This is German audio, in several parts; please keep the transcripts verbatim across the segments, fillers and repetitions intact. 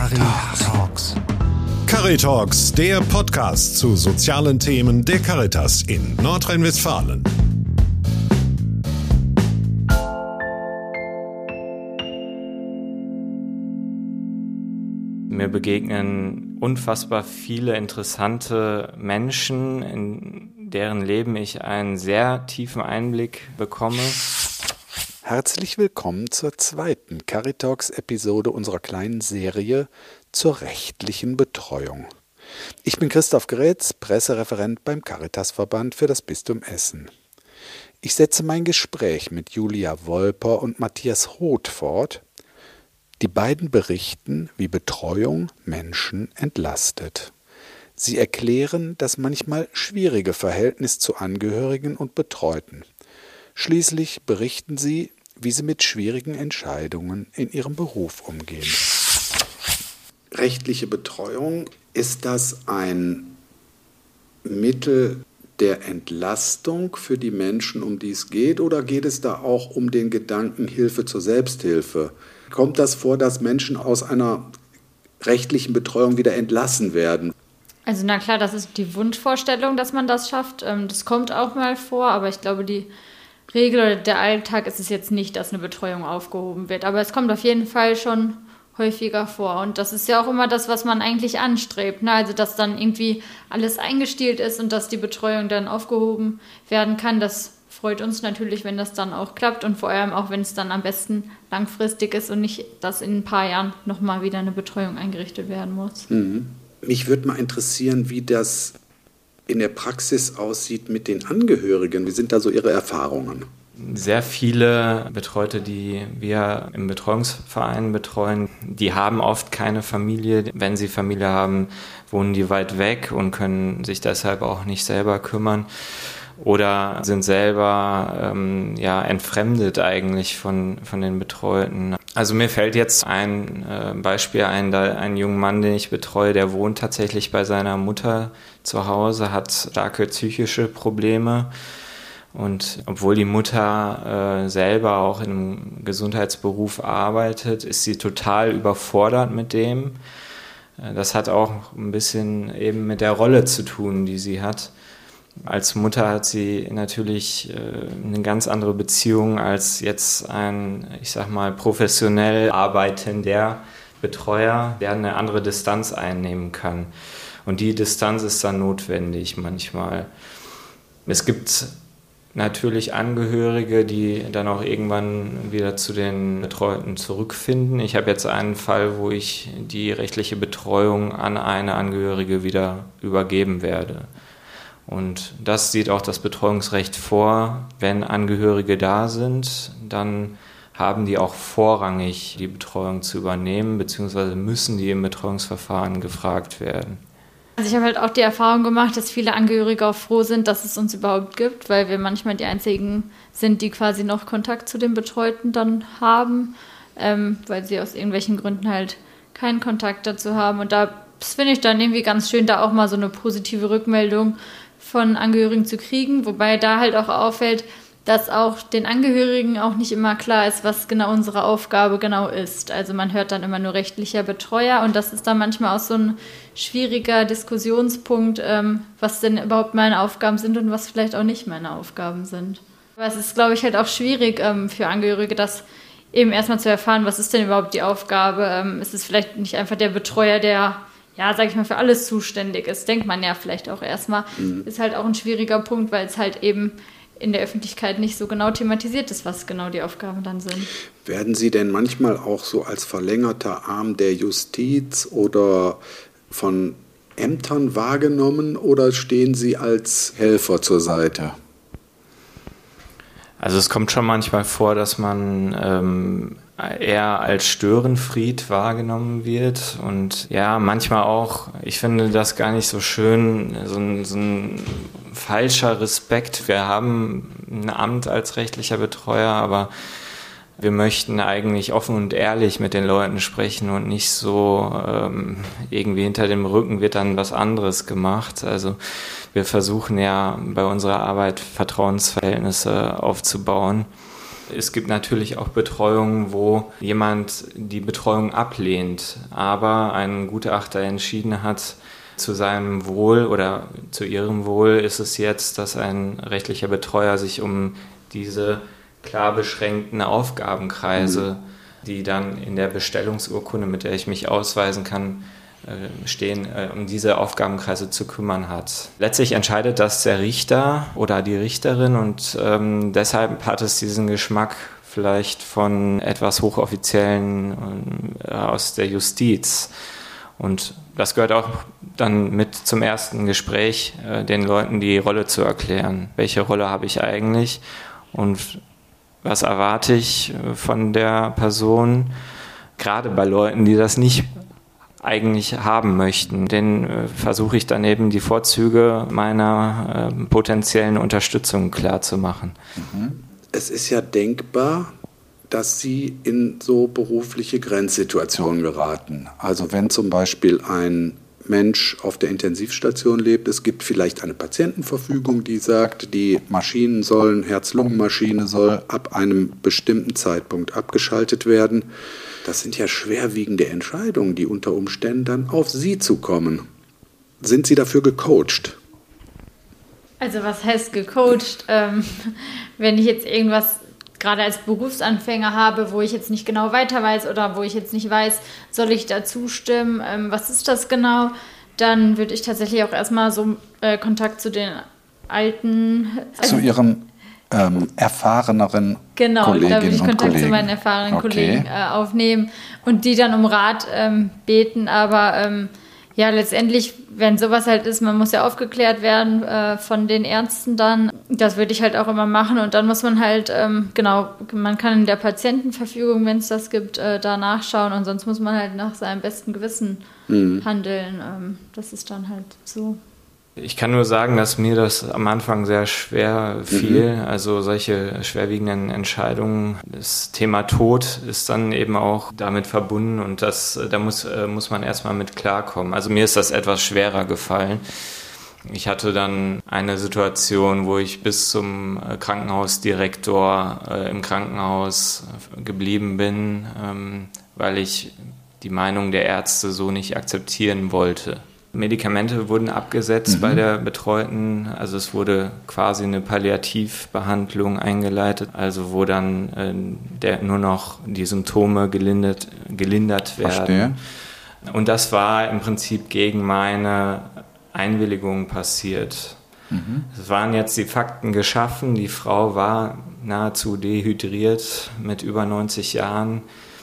Caritalks. Caritalks, der Podcast zu sozialen Themen der Caritas in Nordrhein-Westfalen. Mir begegnen unfassbar viele interessante Menschen, in deren Leben ich einen sehr tiefen Einblick bekomme. Herzlich willkommen zur zweiten Caritalks-Episode unserer kleinen Serie zur rechtlichen Betreuung. Ich bin Christoph Grätz, Pressereferent beim Caritasverband für das Bistum Essen. Ich setze mein Gespräch mit Julia Wolper und Matthias Roth fort. Die beiden berichten, wie Betreuung Menschen entlastet. Sie erklären das manchmal schwierige Verhältnis zu Angehörigen und Betreuten. Schließlich berichten sie, wie sie mit schwierigen Entscheidungen in ihrem Beruf umgehen. Rechtliche Betreuung, ist das ein Mittel der Entlastung für die Menschen, um die es geht, oder geht es da auch um den Gedanken Hilfe zur Selbsthilfe? Kommt das vor, dass Menschen aus einer rechtlichen Betreuung wieder entlassen werden? Also na klar, das ist die Wunschvorstellung, dass man das schafft. Das kommt auch mal vor, aber ich glaube, die Regel oder der Alltag ist es jetzt nicht, dass eine Betreuung aufgehoben wird. Aber es kommt auf jeden Fall schon häufiger vor. Und das ist ja auch immer das, was man eigentlich anstrebt. Ne? Also dass dann irgendwie alles eingestielt ist und dass die Betreuung dann aufgehoben werden kann. Das freut uns natürlich, wenn das dann auch klappt und vor allem auch, wenn es dann am besten langfristig ist und nicht, dass in ein paar Jahren nochmal wieder eine Betreuung eingerichtet werden muss. Mhm. Mich würde mal interessieren, wie das in der Praxis aussieht mit den Angehörigen. Wie sind da so Ihre Erfahrungen? Sehr viele Betreute, die wir im Betreuungsverein betreuen, die haben oft keine Familie. Wenn sie Familie haben, wohnen die weit weg und können sich deshalb auch nicht selber kümmern. Oder sind selber ähm, ja, entfremdet eigentlich von, von den Betreuten. Also mir fällt jetzt ein äh, Beispiel ein, da ein junger Mann, den ich betreue, der wohnt tatsächlich bei seiner Mutter zu Hause, hat starke psychische Probleme. Und obwohl die Mutter äh, selber auch in einem Gesundheitsberuf arbeitet, ist sie total überfordert mit dem. Äh, das hat auch ein bisschen eben mit der Rolle zu tun, die sie hat. Als Mutter hat sie natürlich äh, eine ganz andere Beziehung als jetzt ein, ich sag mal, professionell arbeitender Betreuer, der eine andere Distanz einnehmen kann. Und die Distanz ist dann notwendig manchmal. Es gibt natürlich Angehörige, die dann auch irgendwann wieder zu den Betreuten zurückfinden. Ich habe jetzt einen Fall, wo ich die rechtliche Betreuung an eine Angehörige wieder übergeben werde. Und das sieht auch das Betreuungsrecht vor. Wenn Angehörige da sind, dann haben die auch vorrangig die Betreuung zu übernehmen, beziehungsweise müssen die im Betreuungsverfahren gefragt werden. Also ich habe halt auch die Erfahrung gemacht, dass viele Angehörige auch froh sind, dass es uns überhaupt gibt, weil wir manchmal die Einzigen sind, die quasi noch Kontakt zu den Betreuten dann haben, ähm, weil sie aus irgendwelchen Gründen halt keinen Kontakt dazu haben. Und da, das finde ich dann irgendwie ganz schön, da auch mal so eine positive Rückmeldung von Angehörigen zu kriegen, wobei da halt auch auffällt, dass auch den Angehörigen auch nicht immer klar ist, was genau unsere Aufgabe genau ist. Also man hört dann immer nur rechtlicher Betreuer und das ist dann manchmal auch so ein schwieriger Diskussionspunkt, ähm, was denn überhaupt meine Aufgaben sind und was vielleicht auch nicht meine Aufgaben sind. Aber es ist, glaube ich, halt auch schwierig ähm, für Angehörige, das eben erstmal zu erfahren, was ist denn überhaupt die Aufgabe? Ähm, ist es vielleicht nicht einfach der Betreuer, der ja, sag ich mal, für alles zuständig ist, denkt man ja vielleicht auch erstmal, mhm. Ist halt auch ein schwieriger Punkt, weil es halt eben in der Öffentlichkeit nicht so genau thematisiert ist, was genau die Aufgaben dann sind. Werden Sie denn manchmal auch so als verlängerter Arm der Justiz oder von Ämtern wahrgenommen oder stehen Sie als Helfer zur Seite? Also es kommt schon manchmal vor, dass man ähm, eher als Störenfried wahrgenommen wird und ja, manchmal auch, ich finde das gar nicht so schön, so ein, so ein falscher Respekt. Wir haben ein Amt als rechtlicher Betreuer, aber wir möchten eigentlich offen und ehrlich mit den Leuten sprechen und nicht so ähm, irgendwie hinter dem Rücken wird dann was anderes gemacht. Also wir versuchen ja bei unserer Arbeit Vertrauensverhältnisse aufzubauen. Es gibt natürlich auch Betreuungen, wo jemand die Betreuung ablehnt, aber ein Gutachter entschieden hat, zu seinem Wohl oder zu ihrem Wohl ist es jetzt, dass ein rechtlicher Betreuer sich um diese klar beschränkten Aufgabenkreise, mhm. die dann in der Bestellungsurkunde, mit der ich mich ausweisen kann, stehen, um diese Aufgabenkreise zu kümmern hat. Letztlich entscheidet das der Richter oder die Richterin und ähm, deshalb hat es diesen Geschmack vielleicht von etwas Hochoffiziellen äh, aus der Justiz. Und das gehört auch dann mit zum ersten Gespräch, äh, den Leuten die Rolle zu erklären. Welche Rolle habe ich eigentlich und was erwarte ich von der Person? Gerade bei Leuten, die das nicht eigentlich haben möchten, den äh, versuche ich dann eben die Vorzüge meiner äh, potenziellen Unterstützung klarzumachen. Es ist ja denkbar, dass Sie in so berufliche Grenzsituationen geraten. Also wenn zum Beispiel ein Mensch auf der Intensivstation lebt, es gibt vielleicht eine Patientenverfügung, die sagt, die Maschinen sollen, Herz-Lungen-Maschine soll ab einem bestimmten Zeitpunkt abgeschaltet werden. Das sind ja schwerwiegende Entscheidungen, die unter Umständen dann auf Sie zukommen. Sind Sie dafür gecoacht? Also was heißt gecoacht? Ähm, wenn ich jetzt irgendwas gerade als Berufsanfänger habe, wo ich jetzt nicht genau weiter weiß oder wo ich jetzt nicht weiß, soll ich da zustimmen, ähm, was ist das genau, dann würde ich tatsächlich auch erstmal so äh, Kontakt zu den alten... Also zu Ihrem ähm, erfahreneren genau, Kolleginnen da würde ich Kontakt Kollegen. zu meinen erfahrenen Okay. Kollegen äh, aufnehmen und die dann um Rat ähm, beten, aber ähm, ja, letztendlich, wenn sowas halt ist, man muss ja aufgeklärt werden äh, von den Ärzten dann. Das würde ich halt auch immer machen und dann muss man halt, ähm, genau, man kann in der Patientenverfügung, wenn es das gibt, äh, da nachschauen und sonst muss man halt nach seinem besten Gewissen mhm. handeln. Ähm, das ist dann halt so. Ich kann nur sagen, dass mir das am Anfang sehr schwer fiel. Mhm. Also solche schwerwiegenden Entscheidungen. Das Thema Tod ist dann eben auch damit verbunden und das, da muss, muss man erstmal mit klarkommen. Also mir ist das etwas schwerer gefallen. Ich hatte dann eine Situation, wo ich bis zum Krankenhausdirektor äh, im Krankenhaus geblieben bin, ähm, weil ich die Meinung der Ärzte so nicht akzeptieren wollte. Medikamente wurden abgesetzt mhm. bei der Betreuten, also es wurde quasi eine Palliativbehandlung eingeleitet, also wo dann äh, der, nur noch die Symptome gelindert, gelindert werden. Verstehe. Und das war im Prinzip gegen meine Einwilligung passiert. Mhm. Es waren jetzt die Fakten geschaffen, die Frau war nahezu dehydriert mit über neunzig Jahren.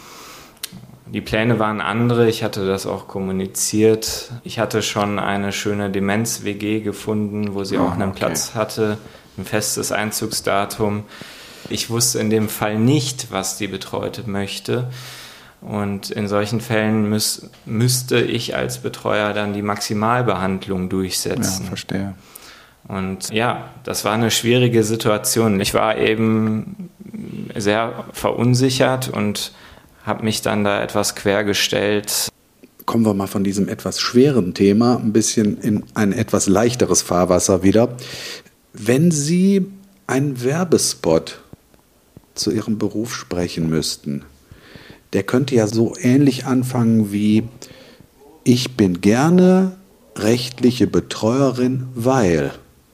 Die Pläne waren andere, ich hatte das auch kommuniziert. Ich hatte schon eine schöne Demenz-W G gefunden, wo sie oh, auch einen okay. Platz hatte, ein festes Einzugsdatum. Ich wusste in dem Fall nicht, was die Betreute möchte. Und in solchen Fällen müß, müsste ich als Betreuer dann die Maximalbehandlung durchsetzen. Ja, verstehe. Und ja, das war eine schwierige Situation. Ich war eben sehr verunsichert und habe mich dann da etwas quergestellt. Kommen wir mal von diesem etwas schweren Thema ein bisschen in ein etwas leichteres Fahrwasser wieder. Wenn Sie einen Werbespot zu Ihrem Beruf sprechen müssten, der könnte ja so ähnlich anfangen wie: Ich bin gerne rechtliche Betreuerin, weil...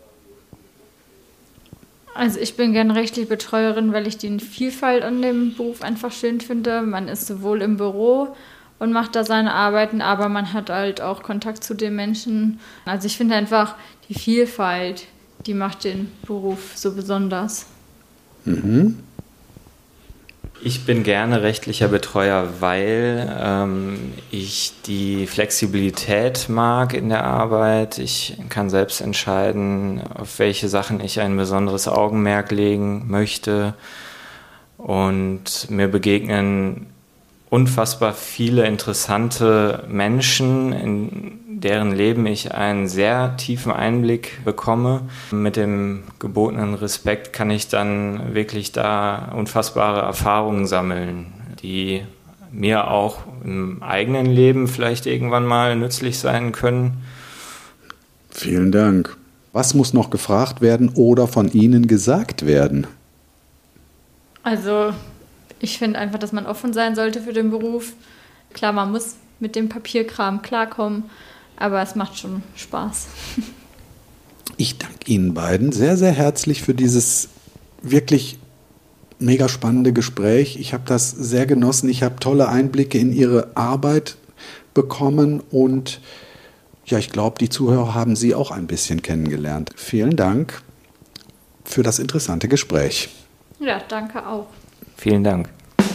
Also ich bin gerne rechtliche Betreuerin, weil ich die Vielfalt an dem Beruf einfach schön finde. Man ist sowohl im Büro und macht da seine Arbeiten, aber man hat halt auch Kontakt zu den Menschen. Also ich finde einfach die Vielfalt, die macht den Beruf so besonders. Mhm. Ich bin gerne rechtlicher Betreuer, weil ähm, ich die Flexibilität mag in der Arbeit. Ich kann selbst entscheiden, auf welche Sachen ich ein besonderes Augenmerk legen möchte. Und mir begegnen unfassbar viele interessante Menschen, in deren Leben ich einen sehr tiefen Einblick bekomme. Mit dem gebotenen Respekt kann ich dann wirklich da unfassbare Erfahrungen sammeln, die mir auch im eigenen Leben vielleicht irgendwann mal nützlich sein können. Vielen Dank. Was muss noch gefragt werden oder von Ihnen gesagt werden? Also ich finde einfach, dass man offen sein sollte für den Beruf. Klar, man muss mit dem Papierkram klarkommen, aber es macht schon Spaß. Ich danke Ihnen beiden sehr, sehr herzlich für dieses wirklich mega spannende Gespräch. Ich habe das sehr genossen. Ich habe tolle Einblicke in Ihre Arbeit bekommen und ja, ich glaube, die Zuhörer haben Sie auch ein bisschen kennengelernt. Vielen Dank für das interessante Gespräch. Ja, danke auch. Vielen Dank.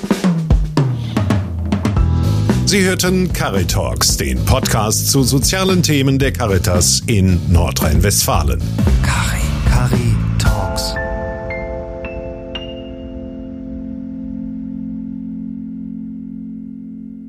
Sie hörten Caritalks, den Podcast zu sozialen Themen der Caritas in Nordrhein-Westfalen. Cari, Cari.